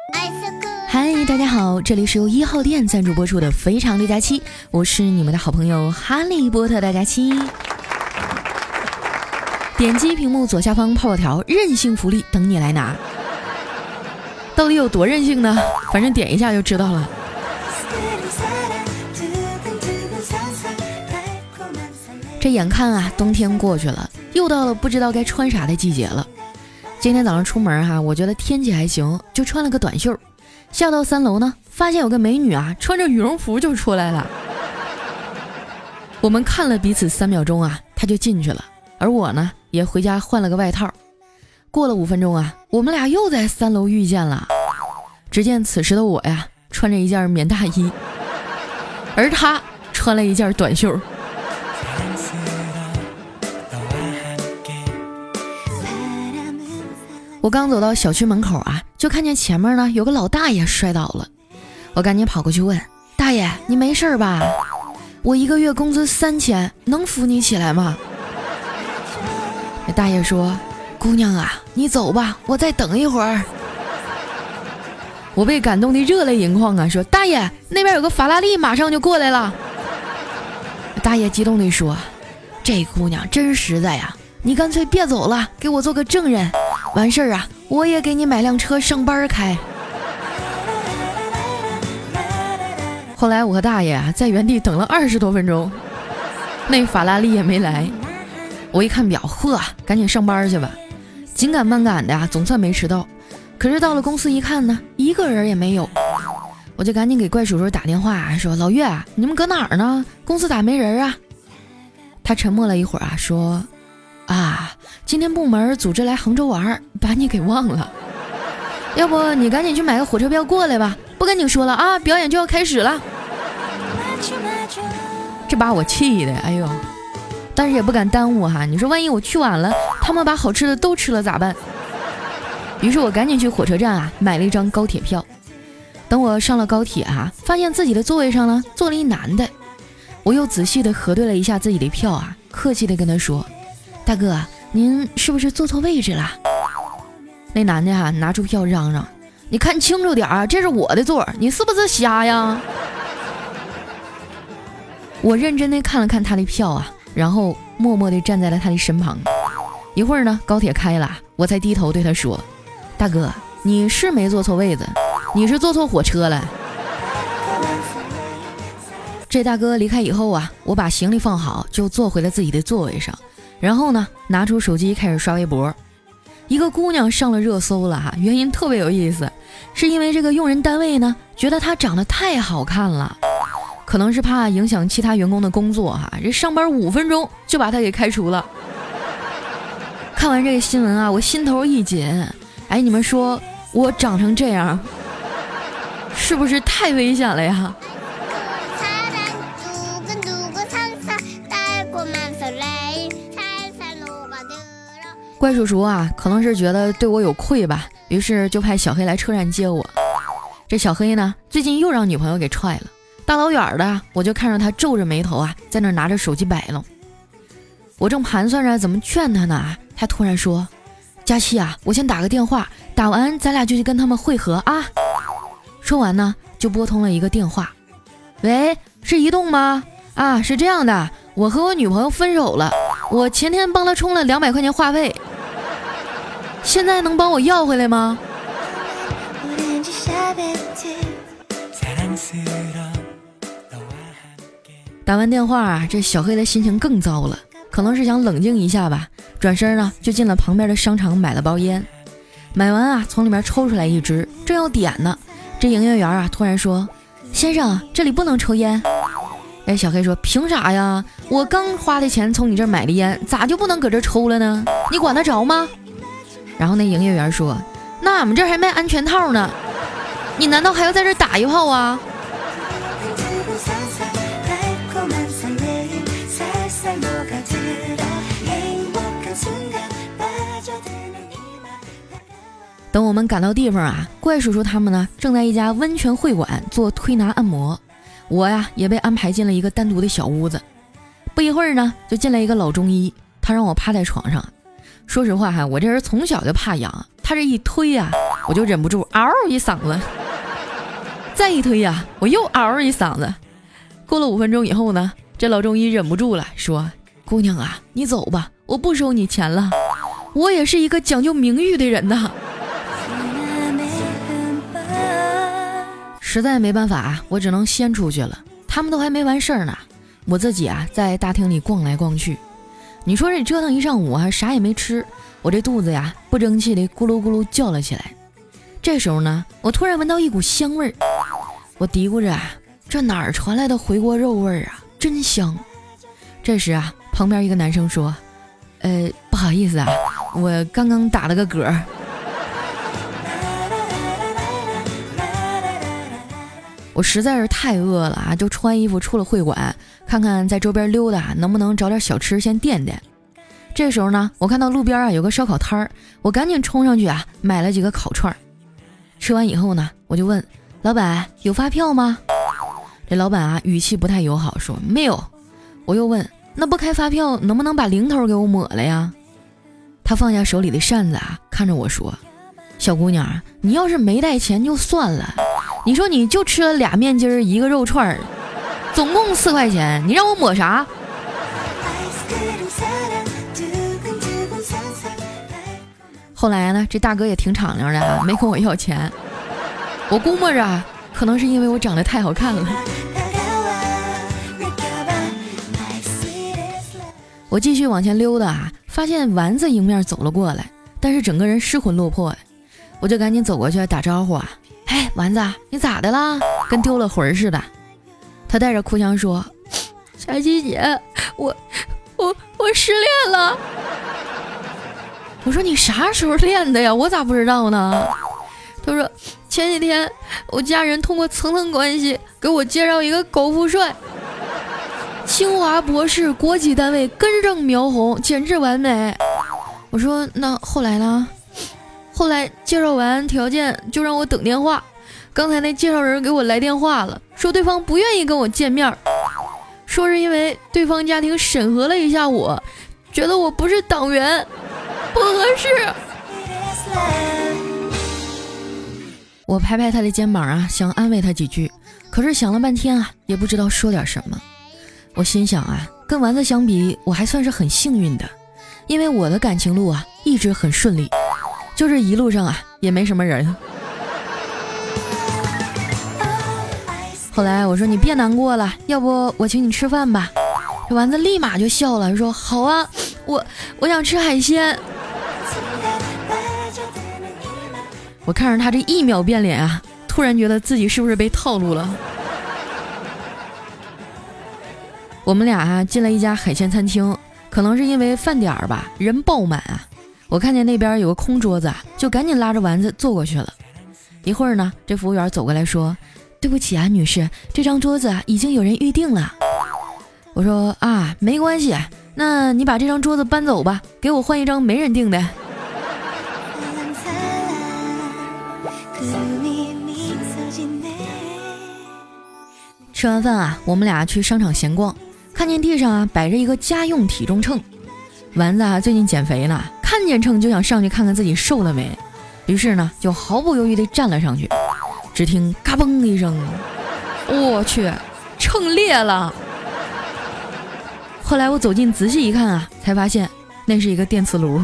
嗨，大家好，这里是由1号店赞助播出的非常六加七，我是你们的好朋友哈利波特大家七。点击屏幕左下方泡泡条，任性福利等你来拿。到底有多任性呢？反正点一下就知道了。这眼看啊，冬天过去了，又到了不知道该穿啥的季节了。今天早上出门哈，我觉得天气还行，就穿了个短袖。下到3楼呢，发现有个美女啊，穿着羽绒服就出来了。我们看了彼此3秒钟啊，她就进去了，而我呢，也回家换了个外套。过了5分钟啊，我们俩又在3楼遇见了。只见此时的我呀，穿着一件棉大衣，而她穿了一件短袖。我刚走到小区门口啊，就看见前面呢有个老大爷摔倒了。我赶紧跑过去问大爷，你没事吧？我1个月工资3000，能扶你起来吗？那大爷说，姑娘啊，你走吧，我再等一会儿。我被感动的热泪盈眶啊，说大爷，那边有个法拉利马上就过来了。大爷激动地说，这姑娘真实在呀，你干脆别走了，给我做个证人，完事儿啊，我也给你买辆车上班开。后来我和大爷啊，在原地等了20多分钟，那法拉利也没来。我一看表，呵，赶紧上班去吧。紧赶慢赶的呀，总算没迟到。可是到了公司一看呢，一个人也没有。我就赶紧给怪叔叔打电话，说老岳，你们搁哪儿呢？公司咋没人啊？他沉默了一会儿啊，说啊，今天部门组织来杭州玩，把你给忘了。要不你赶紧去买个火车票过来吧，不跟你说了啊，表演就要开始了。这把我气的，哎呦！但是也不敢耽误哈，你说万一我去晚了，他们把好吃的都吃了咋办？于是我赶紧去火车站啊，买了一张高铁票。等我上了高铁啊，发现自己的座位上呢坐了一男的。我又仔细的核对了一下自己的票啊，客气的跟他说，大哥，您是不是坐错位置了？那男的啊，拿出票嚷嚷，你看清楚点啊，这是我的座，你是不是瞎呀？我认真的看了看他的票啊，然后默默地站在了他的身旁。一会儿呢，高铁开了，我才低头对他说，大哥，你是没坐错位子，你是坐错火车了。这大哥离开以后啊，我把行李放好，就坐回了自己的座位上，然后呢，拿出手机开始刷微博。一个姑娘上了热搜了哈，原因特别有意思，是因为这个用人单位呢，觉得她长得太好看了，可能是怕影响其他员工的工作哈，这上班5分钟就把她给开除了。看完这个新闻啊，我心头一紧，哎，你们说我长成这样，是不是太危险了呀？怪叔叔啊，可能是觉得对我有愧吧，于是就派小黑来车站接我。这小黑呢，最近又让女朋友给踹了，大老远的我就看着他皱着眉头啊，在那拿着手机摆弄。我正盘算着怎么劝他呢，他突然说，佳期啊，我先打个电话，打完咱俩就去跟他们会合啊。说完呢，就拨通了一个电话。喂，是移动吗？啊，是这样的，我和我女朋友分手了，我前天帮她充了200块钱话费，现在能帮我要回来吗？打完电话啊，这小黑的心情更糟了，可能是想冷静一下吧，转身呢就进了旁边的商场买了包烟。买完啊，从里面抽出来一支，正要点呢，这营业员啊突然说，先生，这里不能抽烟。哎，小黑说，凭啥呀？我刚花的钱从你这儿买的烟，咋就不能搁这抽了呢？你管得着吗？然后那营业员说，那俺们这儿还卖安全套呢，你难道还要在这儿打一炮啊？等我们赶到地方啊，怪叔叔他们呢正在一家温泉会馆做推拿按摩，我呀也被安排进了一个单独的小屋子。不一会儿呢，就进来一个老中医，他让我趴在床上。说实话哈，我这人从小就怕痒，他这一推啊， 我就忍不住嗷一嗓子，再一推呀，我又嗷一嗓子。过了5分钟以后呢，这老中医忍不住了，说：姑娘啊，你走吧，我不收你钱了，我也是一个讲究名誉的人呐。实在没办法，我只能先出去了，他们都还没完事儿呢，我自己啊在大厅里逛来逛去。你说这折腾一上午啊，啥也没吃，我这肚子呀不争气的咕噜咕噜叫了起来。这时候呢，我突然闻到一股香味儿，我嘀咕着啊，这哪儿传来的回锅肉味儿啊，真香。这时啊，旁边一个男生说：不好意思啊，我刚刚打了个嗝。我实在是太饿了啊，就穿衣服出了会馆，看看在周边溜达能不能找点小吃先垫垫。这时候呢，我看到路边啊有个烧烤摊儿，我赶紧冲上去啊买了几个烤串。吃完以后呢，我就问老板有发票吗？这老板啊语气不太友好，说没有。我又问那不开发票能不能把零头给我抹了呀？他放下手里的扇子啊，看着我说：小姑娘，你要是没带钱就算了，你说你就吃了2面筋1个肉串，总共4块钱，你让我抹啥？后来呢，这大哥也挺敞亮的，没跟我要钱。我估摸着可能是因为我长得太好看了。我继续往前溜达，发现丸子迎面走了过来，但是整个人失魂落魄。我就赶紧走过去打招呼啊，哎，丸子，你咋的啦？跟丢了魂似的。他带着哭腔说：小七姐，我失恋了。我说你啥时候练的呀？我咋不知道呢？他说前几天我家人通过层层关系给我介绍一个高富帅，清华博士，国企单位，根正苗红，简直完美。我说那后来呢？后来介绍完条件就让我等电话，刚才那介绍人给我来电话了，说对方不愿意跟我见面，说是因为对方家庭审核了一下我，觉得我不是党员，不合适。我拍拍他的肩膀啊，想安慰他几句，可是想了半天啊，也不知道说点什么。我心想啊，跟丸子相比，我还算是很幸运的，因为我的感情路啊一直很顺利，就是一路上啊也没什么人。后来我说你别难过了，要不我请你吃饭吧。这丸子立马就笑了，说好啊，我想吃海鲜。我看着他这1秒变脸啊，突然觉得自己是不是被套路了。我们俩啊进了一家海鲜餐厅，可能是因为饭点儿吧，人爆满啊。我看见那边有个空桌子啊，就赶紧拉着丸子坐过去了。一会儿呢，这服务员走过来说：对不起啊，女士，这张桌子啊已经有人预定了。我说啊，没关系，那你把这张桌子搬走吧，给我换一张没人订的。吃完饭啊，我们俩去商场闲逛，看见地上啊摆着一个家用体重秤。丸子啊最近减肥呢，看见秤就想上去看看自己瘦了没，于是呢就毫不犹豫地站了上去。只听嘎嘣一声，我去，秤裂了。后来我走近仔细一看啊，才发现那是一个电磁炉。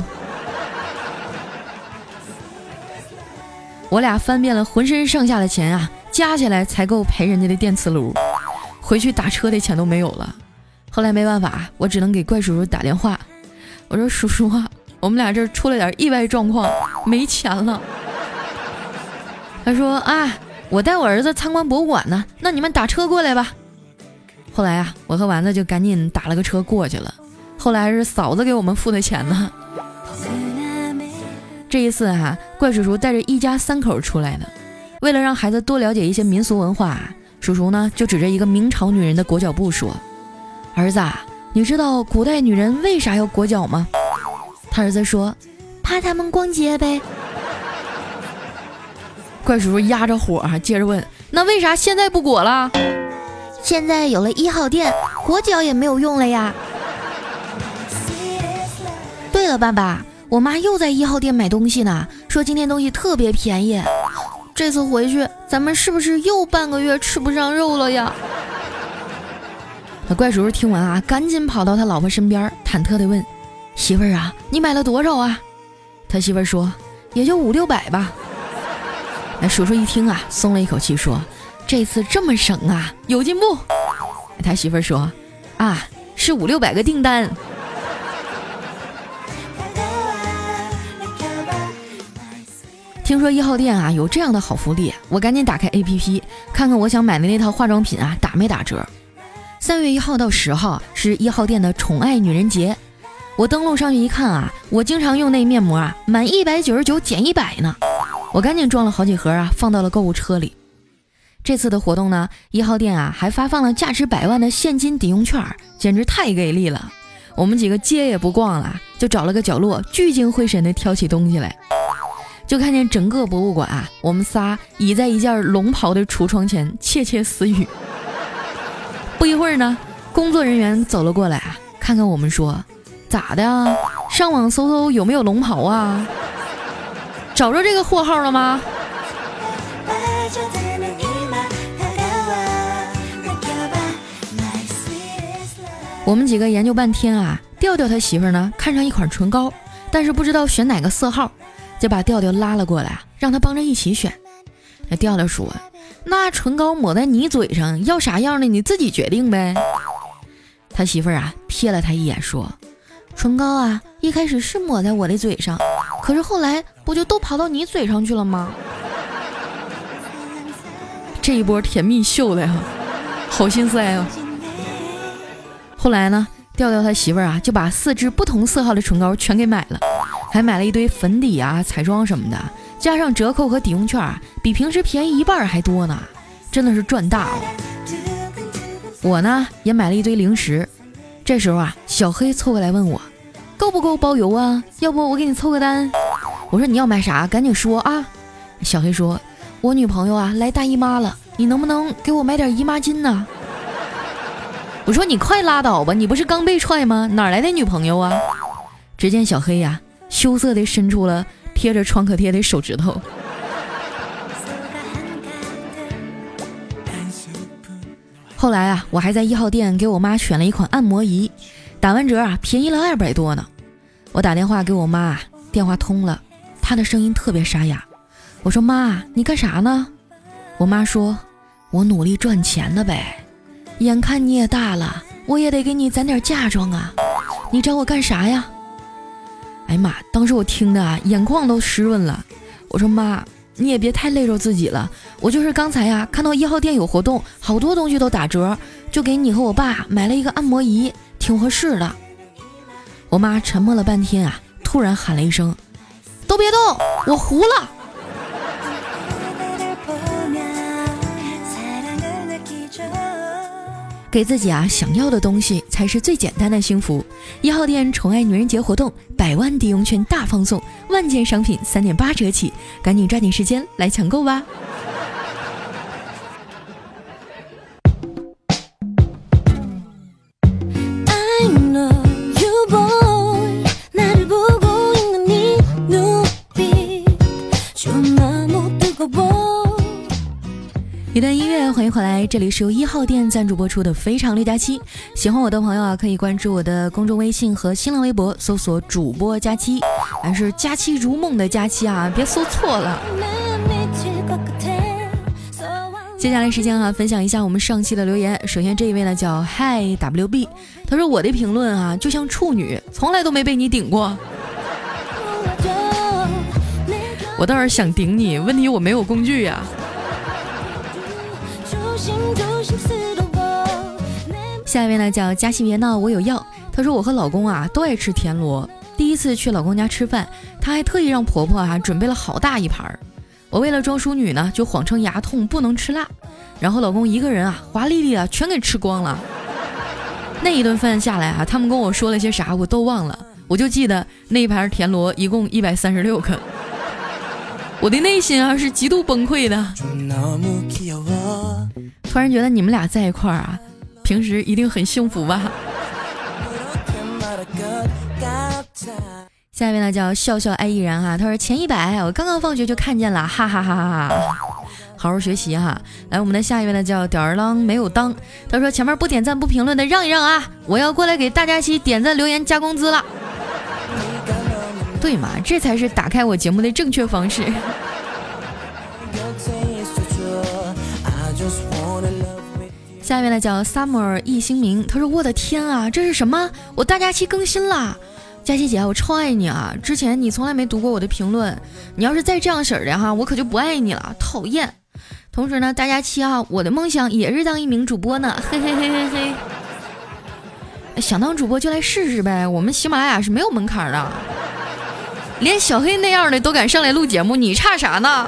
我俩翻遍了浑身上下的钱啊，加起来才够赔人家的电磁炉，回去打车的钱都没有了。后来没办法，我只能给怪叔叔打电话，我说叔叔啊，我们俩这出了点意外状况，没钱了。他说啊，我带我儿子参观博物馆呢，那你们打车过来吧。后来啊，我和丸子就赶紧打了个车过去了，后来是嫂子给我们付的钱呢。这一次啊，怪叔叔带着一家3口出来的，为了让孩子多了解一些民俗文化，叔叔呢就指着一个明朝女人的裹脚布说：儿子啊，你知道古代女人为啥要裹脚吗？他儿子说：怕他们逛街呗。怪叔叔压着火接着问：那为啥现在不裹了？现在有了1号店，裹脚也没有用了呀。对了爸爸，我妈又在1号店买东西呢， 说今天东西特别便宜，这次回去咱们是不是又半个月吃不上肉了呀？那怪叔叔听完啊，赶紧跑到他老婆身边，忐忑地问：媳妇儿啊，你买了多少啊？他媳妇儿说：也就500-600吧。那叔叔一听啊，松了一口气，说：这次这么省啊，有进步。他媳妇儿说：啊，是500-600个订单。听说1号店啊有这样的好福利，我赶紧打开 APP 看看我想买的那套化妆品啊打没打折。3月1号到10号是1号店的宠爱女人节，我登录上去一看啊，我经常用那面膜啊，满199减100呢。我赶紧装了好几盒啊，放到了购物车里。这次的活动呢，1号店啊还发放了价值100万的现金抵用券，简直太给力了。我们几个街也不逛了，就找了个角落，聚精会神地挑起东西来。就看见整个博物馆啊，我们仨倚在一件龙袍的橱窗前窃窃私语。不一会儿呢，工作人员走了过来啊，看看我们说：咋的啊？上网搜搜有没有龙袍啊？找着这个货号了吗？我们几个研究半天啊，调调他媳妇呢看上一款唇膏，但是不知道选哪个色号，就把调调拉了过来，让他帮着一起选。那调调说：那唇膏抹在你嘴上要啥样的你自己决定呗。他媳妇啊瞥了他一眼说：唇膏啊一开始是抹在我的嘴上，可是后来不就都跑到你嘴上去了吗？这一波甜蜜秀的呀，好心塞啊。后来呢，调调他媳妇啊就把4支不同色号的唇膏全给买了，还买了一堆粉底啊彩妆什么的，加上折扣和抵用券比平时便宜1半还多呢，真的是赚大了。我呢也买了一堆零食。这时候啊，小黑凑过来问我够不够包邮啊，要不我给你凑个单。我说你要买啥赶紧说啊。小黑说：我女朋友啊来大姨妈了，你能不能给我买点姨妈巾呢？我说你快拉倒吧，你不是刚被踹吗？哪来的女朋友啊？只见小黑呀羞涩地伸出了贴着创可贴的手指头。后来啊，我还在1号店给我妈选了一款按摩仪，打完折啊便宜了200多呢。我打电话给我妈，电话通了，她的声音特别沙哑。我说妈，你干啥呢？我妈说：我努力赚钱呢呗，眼看你也大了，我也得给你攒点嫁妆啊，你找我干啥呀？哎妈，当时我听的啊眼眶都湿润了。我说妈，你也别太累着自己了，我就是刚才呀看到1号店有活动，好多东西都打折，就给你和我爸买了一个按摩仪，挺合适的。我妈沉默了半天啊，突然喊了一声：都别动，我糊了。给自己啊想要的东西才是最简单的幸福。1号店宠爱女人节活动，100万抵用券大放送，万件商品3.8折起，赶紧抓紧时间来抢购吧。一段音乐，欢迎回来，这里是由1号店赞助播出的非常六加七。喜欢我的朋友啊，可以关注我的公众微信和新浪微博，搜索主播佳期，还是佳期如梦的佳期啊，别搜错了。接下来时间啊，分享一下我们上期的留言。首先这一位呢叫 Hi WB， 他说我的评论啊就像处女，从来都没被你顶过。我倒是想顶你，问题我没有工具呀。下一位呢叫佳琪别闹我有药，他说我和老公啊都爱吃田螺，第一次去老公家吃饭，他还特意让婆婆啊准备了好大一盘。我为了装淑女呢，就谎称牙痛不能吃辣，然后老公一个人啊华丽丽啊全给吃光了。那一顿饭下来啊，他们跟我说了些啥我都忘了，我就记得那一盘田螺一共136克，我的内心啊是极度崩溃的。突然觉得你们俩在一块儿啊，平时一定很幸福吧。 下一位呢叫笑笑爱依然哈，他说前100，我刚刚放学就看见了，哈哈哈哈哈，好好学习哈。来，我们的下一位呢叫吊儿郎没有当，他说前面不点赞不评论的让一让啊，我要过来给大家期点赞留言加工资了。对嘛，这才是打开我节目的正确方式。下一位呢叫 Summer 易星明，他说我的天啊，这是什么？我大假期更新啦！佳琪姐，我超爱你啊！之前你从来没读过我的评论，你要是再这样式儿的哈，我可就不爱你了，讨厌！同时呢，大假期啊，我的梦想也是当一名主播呢，嘿嘿嘿嘿嘿。想当主播就来试试呗，我们喜马拉雅是没有门槛的，连小黑那样的都敢上来录节目，你差啥呢？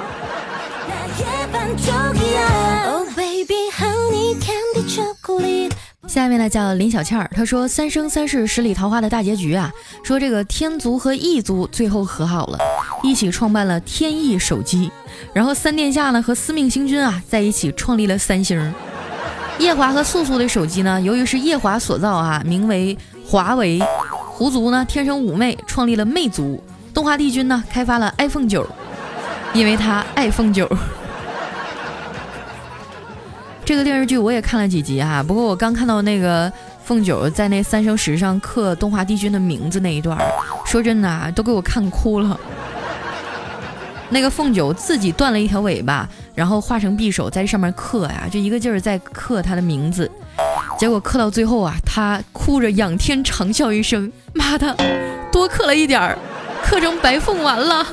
下面呢叫林小倩儿，她说三生三世十里桃花的大结局啊，说这个天族和异族最后和好了，一起创办了天翼手机，然后三殿下呢和司命星君啊在一起创立了三星。夜华和素素的手机呢，由于是夜华所造啊，名为华为。狐族呢天生妩媚，创立了魅族。动画帝君呢开发了 iPhone 9，因为他爱凤9。这个电视剧我也看了几集哈，不过我刚看到那个凤9在那三生石上刻动画帝君的名字那一段，说真的啊，都给我看哭了。那个凤9自己断了一条尾巴，然后化成匕首在上面刻呀，就一个劲儿在刻他的名字，结果刻到最后啊，他哭着仰天长啸一声，妈的，多刻了一点儿，刻成白凤丸了。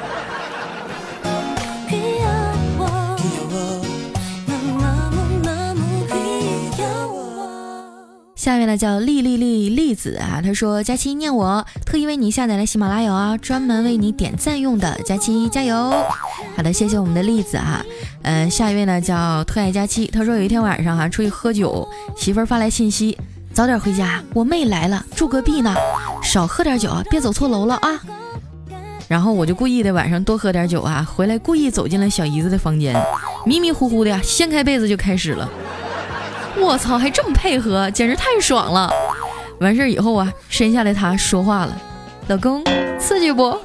下面呢叫栗子啊，他说佳期念我，特意为你下载了喜马拉雅啊，专门为你点赞用的，佳期加油。好的，谢谢我们的栗子啊。下一位呢叫特爱佳期，他说有一天晚上出去喝酒，媳妇儿发来信息，早点回家，我妹来了，住隔壁呢，少喝点酒，别走错楼了啊。然后我就故意的晚上多喝点酒啊，回来故意走进了小姨子的房间，迷迷糊糊的掀开被子就开始了。我操，还这么配合，简直太爽了！完事以后啊，伸下来他说话了，老公，刺激不？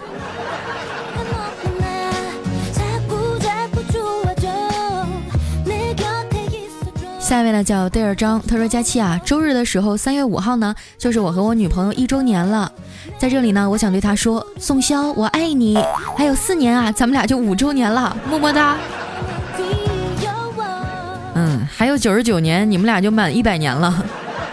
下一位呢叫戴尔张，他说佳期啊，周日的时候3月5号呢，就是我和我女朋友1周年了，在这里呢，我想对她说，宋潇，我爱你，还有4年啊，咱们俩就5周年了，么么哒。还有99年，你们俩就满100年了。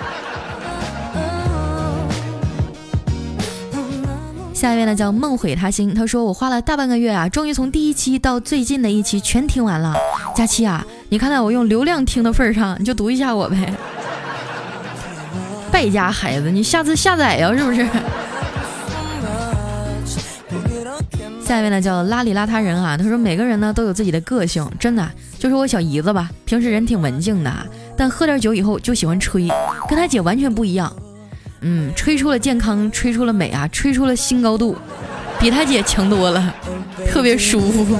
下一位呢叫梦毁他心，他说我花了大半个月啊，终于从第1期到最近的1期全听完了。佳期啊，你看在我用流量听的份上，你就读一下我呗。败家孩子，你下次下载呀，是不是？下一位呢叫邋里邋遢人啊，他说每个人呢都有自己的个性，真的就是我小姨子吧，平时人挺文静的，但喝点酒以后就喜欢吹，跟他姐完全不一样。吹出了健康，吹出了美啊，吹出了新高度，比他姐强多了，特别舒服。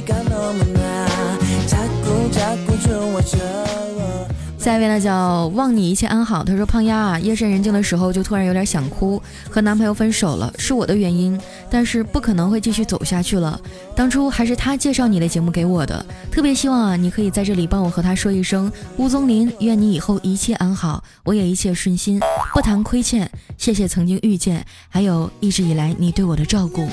下一位呢叫望你一切安好，他说胖丫啊，夜深人静的时候就突然有点想哭，和男朋友分手了，是我的原因，但是不可能会继续走下去了，当初还是他介绍你的节目给我的，特别希望啊你可以在这里帮我和他说一声，吴宗林，愿你以后一切安好，我也一切顺心，不谈亏欠，谢谢曾经遇见，还有一直以来你对我的照顾。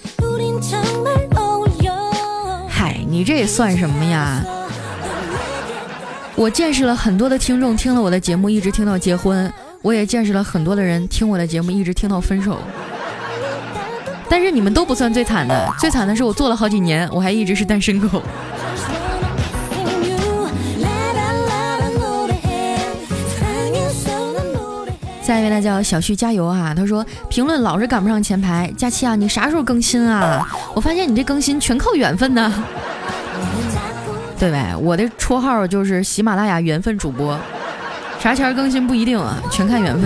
嗨，你这也算什么呀？我见识了很多的听众听了我的节目一直听到结婚，我也见识了很多的人听我的节目一直听到分手，但是你们都不算最惨的，最惨的是我做了好几年，我还一直是单身狗。下一位呢叫小旭加油啊，他说评论老是赶不上前排，佳期啊你啥时候更新啊？我发现你这更新全靠缘分呢。对呗，我的绰号就是喜马拉雅缘分主播，啥前更新不一定啊，全看缘分。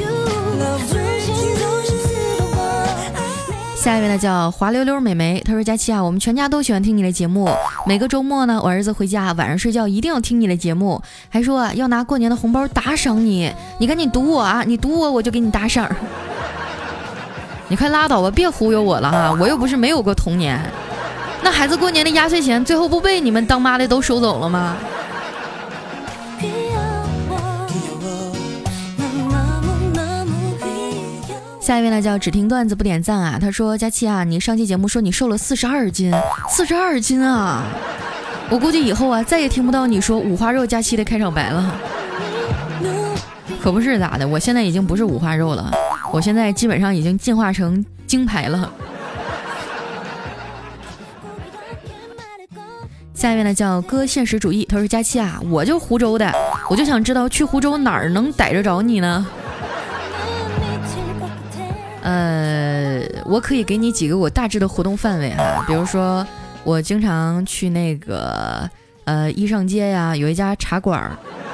下一位呢叫滑溜溜美眉，她说佳期啊，我们全家都喜欢听你的节目，每个周末呢我儿子回家晚上睡觉一定要听你的节目，还说啊要拿过年的红包打赏你，你赶紧读我啊，你读我就给你打赏。 你快拉倒吧，别忽悠我了哈，我又不是没有过童年。那孩子过年的压岁钱最后不被你们当妈的都收走了吗？下一位呢叫只听段子不点赞啊，他说佳期啊，你上期节目说你瘦了42斤，42斤啊，我估计以后啊再也听不到你说五花肉佳期的开场白了。可不是咋的，我现在已经不是五花肉了，我现在基本上已经进化成金牌了。下一位呢叫哥现实主义，他说佳期啊，我就湖州的，我就想知道去湖州哪儿能逮着着你呢？我可以给你几个我大致的活动范围啊，比如说我经常去那个衣裳街呀，有一家茶馆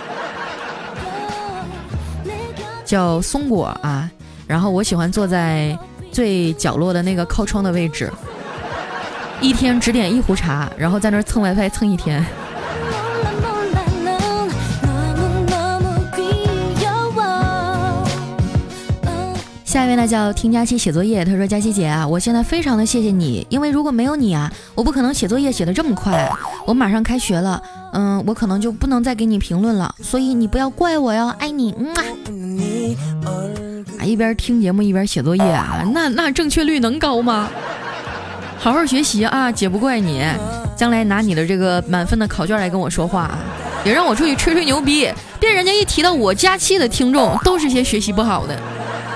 叫松果啊，然后我喜欢坐在最角落的那个靠窗的位置，一天只点1壶茶，然后在那儿蹭 WiFi 蹭一天。下一位呢叫听佳期写作业，他说佳期姐啊，我现在非常的谢谢你，因为如果没有你啊，我不可能写作业写得这么快，我马上开学了，我可能就不能再给你评论了，所以你不要怪我哟，爱你，一边听节目一边写作业啊，那正确率能高吗？好好学习啊，姐不怪你，将来拿你的这个满分的考卷来跟我说话啊，也让我出去吹吹牛逼，别人家一提到我佳期的听众都是些学习不好的。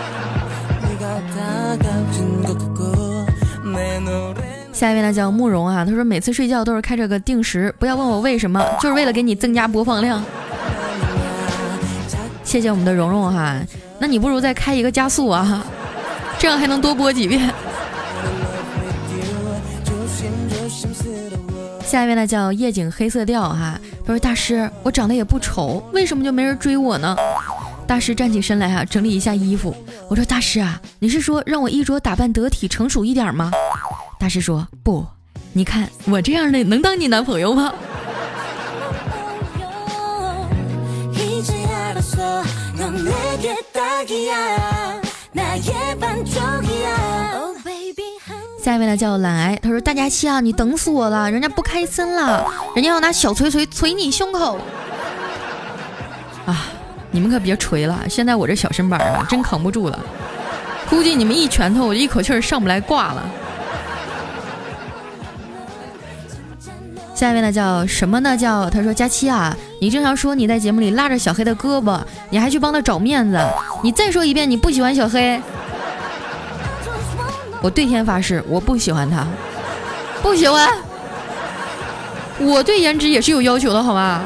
下一位呢叫慕容啊，他说每次睡觉都是开着个定时，不要问我为什么，就是为了给你增加播放量。谢谢我们的蓉蓉哈，那你不如再开一个加速啊，这样还能多播几遍。下一位呢叫夜景黑色调哈，他说大师，我长得也不丑，为什么就没人追我呢？大师站起身来整理一下衣服。我说大师啊，你是说让我衣着打扮得体成熟一点吗？大师说不，你看我这样的能当你男朋友吗？下一位呢叫懒癌，他说大佳期啊，你等死我了，人家不开心了，人家要拿小锤锤捶你胸口啊！你们可别锤了，现在我这小身板啊真扛不住了，估计你们一拳头我就一口气上不来挂了。下一位呢叫什么呢叫，他说佳期啊，你经常说你在节目里拉着小黑的胳膊，你还去帮他找面子，你再说一遍你不喜欢小黑。我对天发誓我不喜欢他，不喜欢，我对颜值也是有要求的好吗？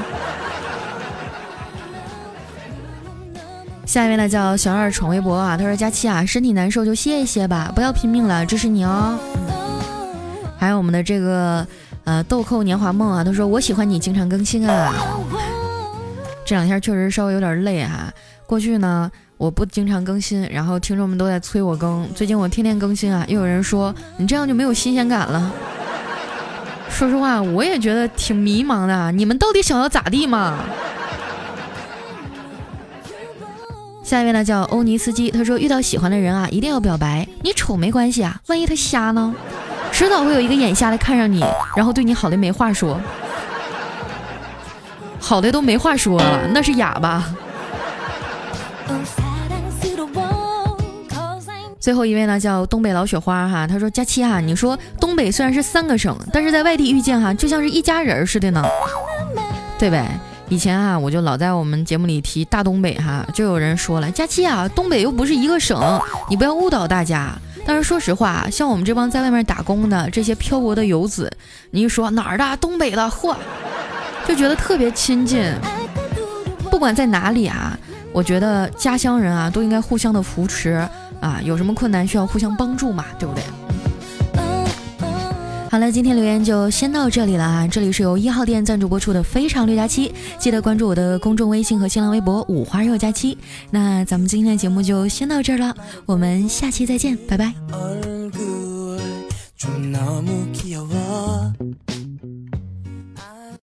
下一位呢叫小二闯微博啊，他说佳期啊，身体难受就歇一歇吧，不要拼命了，支持你哦。还有我们的这个豆蔻年华梦啊，他说我喜欢你经常更新啊。这两天确实稍微有点累哈，过去呢我不经常更新，然后听众们都在催我更，最近我天天更新啊，又有人说你这样就没有新鲜感了。说实话我也觉得挺迷茫的，你们到底想要咋地嘛？下一位呢叫欧尼斯基，他说遇到喜欢的人啊，一定要表白，你丑没关系啊，万一他瞎呢，迟早会有一个眼瞎的看上你，然后对你好的没话说，好的都没话说了，那是哑巴。最后一位呢叫东北老雪花哈，他说佳期哈，你说东北虽然是3个省，但是在外地遇见哈，就像是一家人似的呢，对呗？以前啊，我就老在我们节目里提大东北哈，就有人说了，佳期啊，东北又不是一个省，你不要误导大家。但是说实话，像我们这帮在外面打工的这些漂泊的游子，你一说哪儿的东北的，嚯，就觉得特别亲近。不管在哪里啊，我觉得家乡人啊都应该互相的扶持啊，有什么困难需要互相帮助嘛，对不对？好了，今天留言就先到这里了啊！这里是由1号店赞助播出的非常六加七，记得关注我的公众微信和新浪微博五花肉加七。那咱们今天的节目就先到这儿了，我们下期再见，拜拜。